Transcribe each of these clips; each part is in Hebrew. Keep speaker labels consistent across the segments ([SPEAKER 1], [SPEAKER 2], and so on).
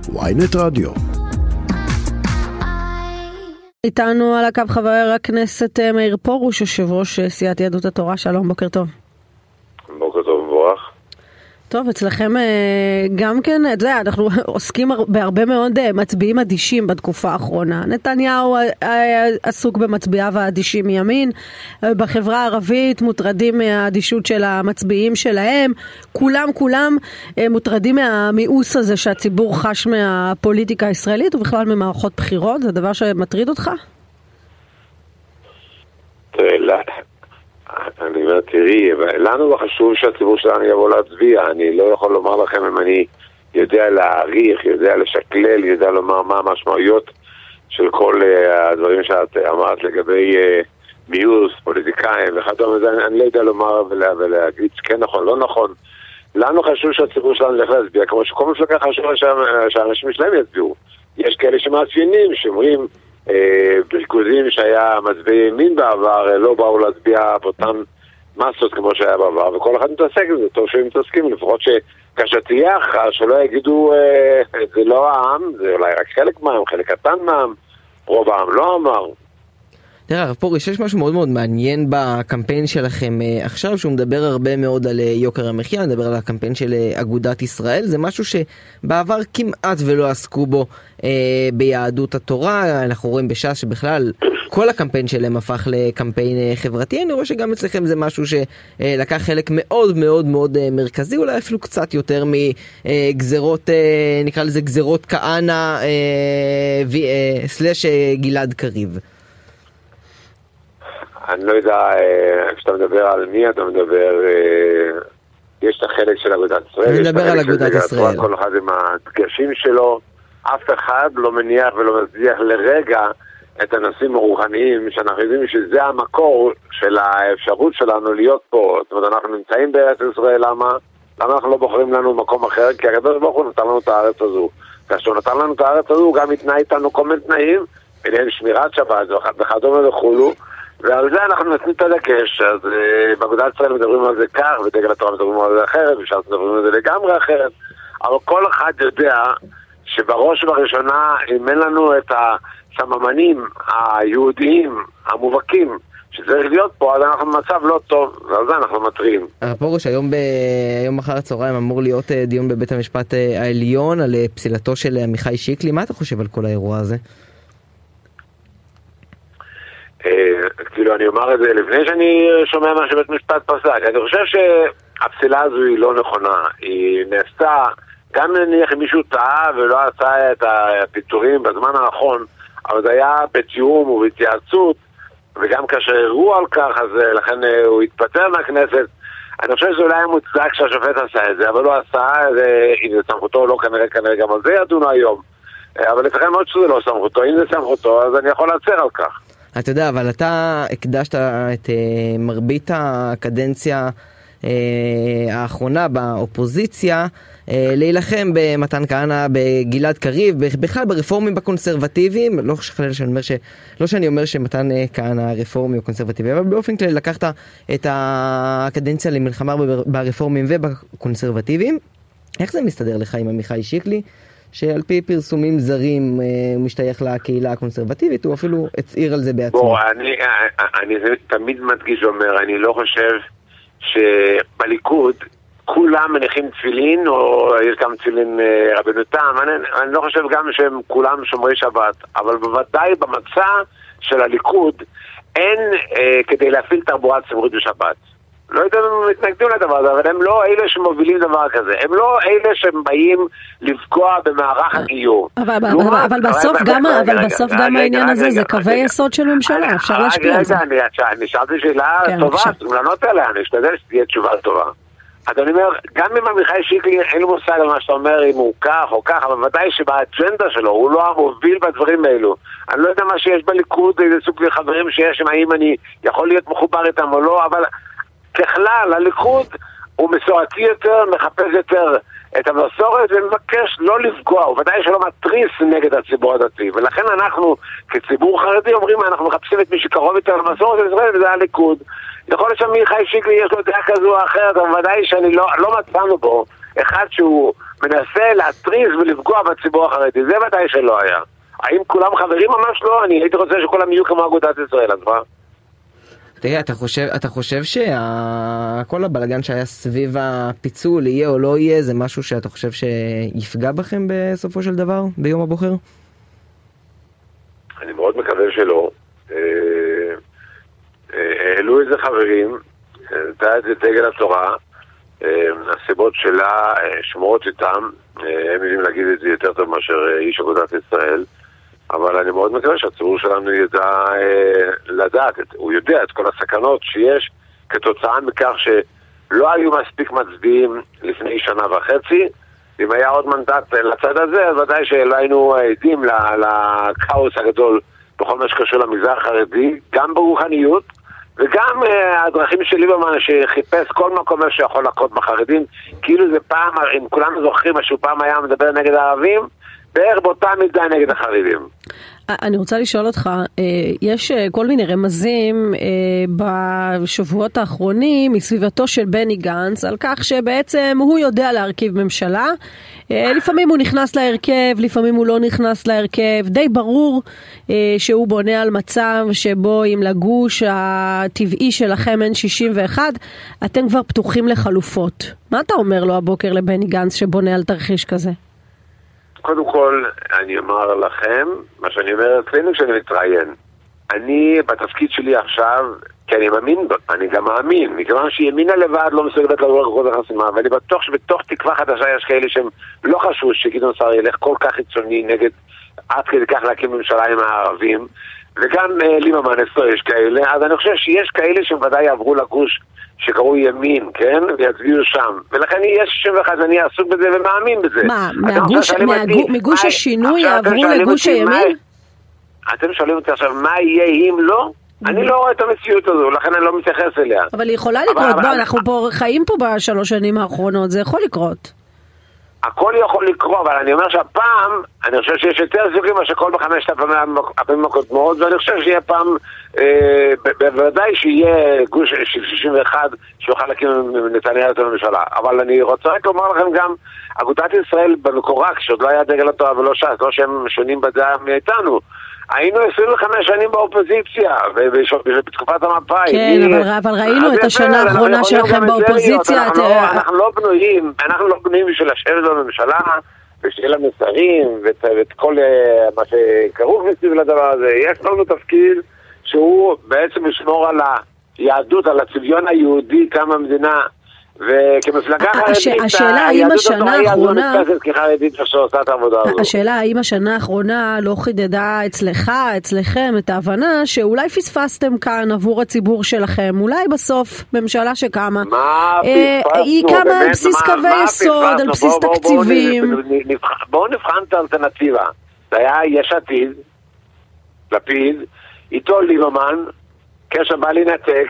[SPEAKER 1] ynet רדיו.
[SPEAKER 2] איתנו על הקו חבר הכנסת מאיר פרוש, יושב ראש סיעת יהדות התורה. שלום, בוקר טוב.
[SPEAKER 3] בוקר טוב מבורך.
[SPEAKER 2] טוב, אצלכם גם כן, אנחנו עוסקים בהרבה מאוד מצביעים אדישים בתקופה האחרונה. נתניהו עסוק במצביעיו האדישים מימין, בחברה הערבית מוטרדים מהאדישות של המצביעים שלהם, כולם מוטרדים מהמיאוס הזה שהציבור חש מהפוליטיקה הישראלית ובכלל ממערכות בחירות. זה דבר שמטריד אותך?
[SPEAKER 3] אני אומר, תראי, לנו לא חשוב שהציבור שלנו יבוא להצביע. אני לא יכול לומר לכם אם אני יודע להעריך, יודע לשקלל, יודע לומר מה המשמעויות של כל הדברים שאת אמרת לגבי מיוס, פוליטיקאים וכדומה. אני לא יודע לומר ולהגיד כן נכון, לא נכון. לנו חשוב שהציבור שלנו ילך להצביע, כמו שכל מפלגה חשוב שהאנשים שלהם יצביעו. יש כאלה שמאפיינים, שאומרים בריכוזים שהיה מצביעי ימין בעבר, לא באו להצביע באותן מסות כמו שהיה בעבר, וכל אחד מתעסק בזה. טוב שהם מתעסקים, לפחות שכאשר תהיה אחר, שלא יגידו זה לא העם, זה אולי רק חלק מהעם, חלק קטן מהעם, רוב העם לא אמר.
[SPEAKER 4] תראה, הרב פרוש, יש משהו מאוד מאוד מעניין בקמפיין שלכם עכשיו, שהוא מדבר הרבה מאוד על יוקר המחיה, מדבר על הקמפיין של אגודת ישראל. זה משהו שבעבר כמעט ולא עסקו בו ביהדות התורה. אנחנו רואים בש"ס שבכלל כל הקמפיין שלהם הפך לקמפיין חברתי. אני רואה שגם אצלכם זה משהו שלקח חלק מאוד מאוד מאוד מרכזי, אולי אפילו קצת יותר מגזרות, נקרא לזה גזרות כהנא סלש גלעד קריב.
[SPEAKER 3] אני לא יודע, כשאתה מדבר על מי אתה מדבר, יש את החלק של אגודת ישראל.
[SPEAKER 4] אני מדבר על אגודת ישראל.
[SPEAKER 3] כל אחד עם הדגשים שלו, אף אחד לא מניח ולא מצליח לרגע את הנושאים הרוחניים, שאנחנו יודעים שזה המקור של האפשרות שלנו להיות פה. זאת אומרת, אנחנו נמצאים בארץ ישראל, למה אנחנו לא בוחרים לנו מקום אחר? כי הקדוש ברוך הוא נתן לנו את הארץ הזו. כאשר הוא נתן לנו את הארץ הזו, הוא גם התנה איתנו כל מיני תנאים, ביניהם שמירת שבת וכדומה וכולו. ועל זה אנחנו נותנים את הדגש. אז באגודת ישראל מדברים על זה כך, ודגל התורה מדברים על זה אחרת, ושאנחנו מדברים על זה לגמרי אחרת. אבל כל אחד יודע שבראש ובראשונה, אם אין לנו את הסממנים היהודיים המובהקים שצריך להיות פה, אז אנחנו במצב לא טוב, ועל זה אנחנו מטרים.
[SPEAKER 4] הרב פרוש, היום אחר הצהריים אמור להיות דיון בבית המשפט העליון על פסילתו של עמיחי שיקלי. מה אתה חושב על כל האירוע הזה?
[SPEAKER 3] כאילו אני אומר את זה לפני שאני שומע מה שבית משפט פסק. אני חושב שהפסילה הזו היא לא נכונה. היא נעשתה, גם נניח אם מישהו טעה ולא עשה את הפיטורים בזמן האחרון, אבל זה היה בתיאום ובהתייעצות, וגם כאשר הראו על כך, אז לכן הוא התפטר מהכנסת. אני חושב שזה אולי מוצדק שהשופט עשה את זה, אבל לא עשה, אם זה סמכותו או לא, כנראה גם על זה ידונו היום. אבל לפעמים מאוד שזה לא סמכותו. אם זה סמכותו, אז אני יכול להצר על כך.
[SPEAKER 4] אתה יודע, אבל אתה הקדשת את מרבית הקדנציה האחרונה באופוזיציה להילחם במתן כהנא, בגלעד קריב, בכלל ברפורמים בקונסרבטיביים. לא שאני אומר שמתן כהנא רפורמי או קונסרבטיבי, אבל באופן כלל לקחת את הקדנציה למלחמה ברפורמים ובקונסרבטיביים. איך זה מסתדר לך עם עמיחי שיקלי, שעל פי פרסומים זרים משתייך לקהילה הקונסרבטיבית, הוא אפילו הצעיר על זה בעצמו?
[SPEAKER 3] בוא, אני תמיד מדגיש ואומר, אני לא חושב שבליכוד כולם מניחים תפילין, או יש גם תפילין רבנותם. אני לא חושב גם שהם כולם שומרי שבת, אבל בוודאי במצע של הליכוד אין כדי להפעיל תחבורה ציבורית בשבת. לא יודע אם הם מתנגדים לדבר הזה, אבל הם לא אלה שמובילים דבר כזה. הם לא אלה שהם באים לפגוע במערך הגיור.
[SPEAKER 2] אבל בסוף גם העניין הזה זה קווי יסוד של ממשלה, אפשר להשפיע על זה.
[SPEAKER 3] אני שאלתי שאלה טובה, לענות עליה, אני אשתדל שתהיה תשובה טובה. אז אני אומר, גם אם עמיחי שיקלי אין לו מושג על מה שאתה אומר, אם הוא כך או כך, אבל ודאי שבאג'נדה שלו הוא לא המוביל בדברים האלו. אני לא יודע מה שיש בליכוד, איזה סוג לחברים שיש, האם אני יכול להיות מחובר איתם או לא, אבל ככלל, הליכוד הוא מסורתי יותר, מחפש יותר את המסורת ומבקש לא לפגוע, הוא ודאי שלא מטריס נגד הציבור הדתי, ולכן אנחנו כציבור חרדי אומרים, אנחנו מחפשים את מי שקרוב יותר למסורת בישראל, וזה הליכוד. יכול להיות שעמיחי שיקלי יש לו דעה כזו או אחרת, אבל ודאי שאני לא מצאנו בו אחד שהוא מנסה להטריז ולפגוע בציבור החרדי, זה ודאי שלא היה. האם כולם חברים? ממש לא, אני הייתי רוצה שכולם יהיו כמו אגודת ישראל, אז מה?
[SPEAKER 4] תראה, אתה חושב שכל הבלגן שהיה סביב הפיצול, יהיה או לא יהיה, זה משהו שאתה חושב שיפגע בכם בסופו של דבר, ביום הבוחר?
[SPEAKER 3] אני מאוד מקווה שלא. העלו איזה חברים, הייתה את דגל התורה, הסיבות שלה שמורות איתם, הם יודעים להגיד את זה יותר טוב מאשר איש אגודת ישראל, אבל אני מאוד מקווה שהציבור שלנו ידע לדעת, הוא יודע את כל הסכנות שיש כתוצאה מכך שלא היו מספיק מצביעים לפני שנה וחצי. אם היה עוד מנדט לצד הזה, אז ודאי שלא היינו עדים לקאוס הגדול בכל מה שקשור למגזר החרדי, גם ברוחניות וגם הדרכים של ליברמן שחיפש כל מקום שיכול לקרות בחרדים, כאילו זה פעם, אם כולנו זוכרים משהו פעם היה מדבר נגד הערבים, בערך באותה מידה נגד החרדים.
[SPEAKER 2] אני רוצה לשאול אותך, יש כל מיני רמזים בשבועות האחרונים מסביבתו של בני גנץ על כך שבעצם הוא יודע להרכיב ממשלה, לפעמים הוא נכנס להרכב, לפעמים הוא לא נכנס להרכב, די ברור שהוא בונה על מצב שבו אם לגוש הטבעי שלכם אין 61, אתם כבר פתוחים לחלופות. מה אתה אומר לו הבוקר לבני גנץ שבונה על תרחיש כזה?
[SPEAKER 3] קודם כל, אני אומר לכם, מה שאני אומר אצלנו כשאני מתראיין. אני בתפקיד שלי עכשיו, כי אני מאמין, אני גם מאמין, מכיוון שימינה לבד לא מסוגלת לעבור אחוז החסימה, ואני בטוח שבתוך תקווה חדשה יש כאלה שהם לא חשבו שגדעון סער ילך כל כך חיצוני נגד עד כדי כך להקים ממשלה עם הערבים, וגם ליברמן אצלו יש כאלה, אז אני חושב שיש כאלה שהם ודאי יעברו לגוש שקראו ימין, כן? ויצביעו שם. ולכן יש 61, אני עסוק בזה ומאמין בזה.
[SPEAKER 2] מה, מגוש השינוי יעברו לגוש הימין?
[SPEAKER 3] אתם שואלים אותי עכשיו, מה יהיה אם לא? אני לא רואה את המציאות הזו, לכן אני לא מתייחס אליה.
[SPEAKER 2] אבל היא יכולה לקרות, בוא, אנחנו חיים פה בשלוש שנים האחרונות, זה יכול לקרות.
[SPEAKER 3] הכל יכול לקרות, אבל אני אומר שהפעם, אני חושב שיש יותר זוגים מאשר כל בחמשת הפעמים הקודמות, ואני חושב שיהיה פעם, בוודאי שיהיה גוש של 61 שיוכל להקים נתניהו את הממשלה. אבל אני רוצה רק לומר לכם גם, אגודת ישראל במקורה, כשעוד לא היה דגל התורה ולא ש"ס, לא שהם שונים בדעה מאיתנו, היינו 25 שנים באופוזיציה, בתקופת המפא"י.
[SPEAKER 2] כן, אבל ראינו את השנה האחרונה שלכם באופוזיציה.
[SPEAKER 3] אנחנו לא בנויים בשביל לשבת בממשלה, ושיהיה לה מסרים, ואת כל מה שכרוך מסביב לדבר הזה. יש לנו תפקיד שהוא בעצם לשמור על היהדות, על הצביון היהודי, כמה מדינה, וכמפלגה חרדית, היהדות התורה היא הזו נתפסת כחרדית שעושה את העבודה הזו.
[SPEAKER 2] השאלה, האם השנה האחרונה לא חידדה אצלכם את ההבנה שאולי פספסתם כאן עבור הציבור שלכם, אולי בסוף ממשלה שקמה, היא קמה על בסיס קווי יסוד, על בסיס תקציבים.
[SPEAKER 3] בואו נבחן את האלטרנטיבה. זה היה יש עתיד, לפיד, איתו ליברמן, קשר בא לנתק,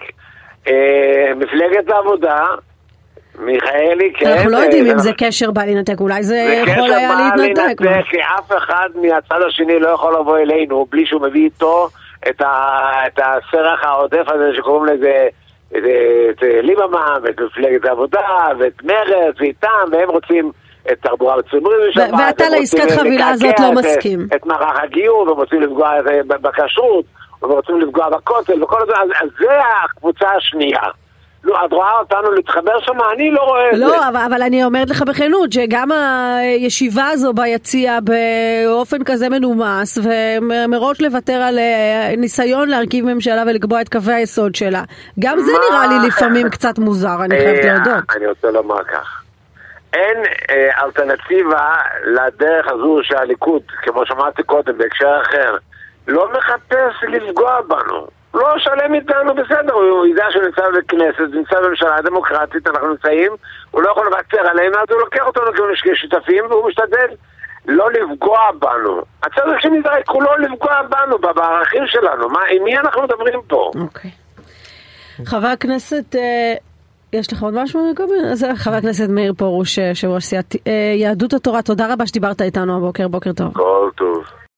[SPEAKER 3] מפלגת העבודה, מיכאלי, כן.
[SPEAKER 2] אנחנו לא יודעים אם זה קשר בא לנתק, אולי זה יכול היה להתנתק.
[SPEAKER 3] זה קשר בא לנתק, כי אף אחד מהצד השני לא יכול לבוא אלינו בלי שהוא מביא איתו את הסרח העודף הזה שקוראים לזה את ליברמן ואת מפלגת העבודה ואת מרצ ואיתם, והם רוצים את תחבורה ציבורית בשבת.
[SPEAKER 2] ואתה לעסקת חבילה הזאת לא מסכים.
[SPEAKER 3] את מערך הגיור, והם רוצים לפגוע בכשרות, והם רוצים לפגוע בכותל, וכל זה, אז זה הקבוצה השנייה. לא, את רואה אותנו להתחבר שם, אני לא רואה את זה.
[SPEAKER 2] לא, אבל אני אומרת לך בכנות, שגם הישיבה הזו ביציאה באופן כזה מנומס, ומראש לוותר על ניסיון להרכיב ממשלה ולקבוע את קווי היסוד שלה, גם זה נראה לי לפעמים קצת מוזר, אני חייבת להודות.
[SPEAKER 3] אני רוצה לומר כך. אין אלטרנטיבה לדרך הזו שהליכוד, כמו שמעתי קודם, בהקשר אחר, לא מחפש לפגוע בנו. לא שלם איתנו, בסדר, הוא ידע שהוא נמצא בכנסת, נמצא בממשלה דמוקרטית, אנחנו נמצאים, הוא לא יכול לבצר עלינו, אז הוא לוקח אותנו כשותפים, והוא משתדל לא לפגוע בנו. הצד השני זה כולו לפגוע בנו, בערכים שלנו. עם מי אנחנו מדברים פה?
[SPEAKER 2] אוקיי. חבר הכנסת, יש לך עוד משהו? חבר הכנסת מאיר פרוש, יושב ראש סיעת יהדות התורה, תודה רבה שדיברת איתנו הבוקר, בוקר טוב.
[SPEAKER 3] כל טוב.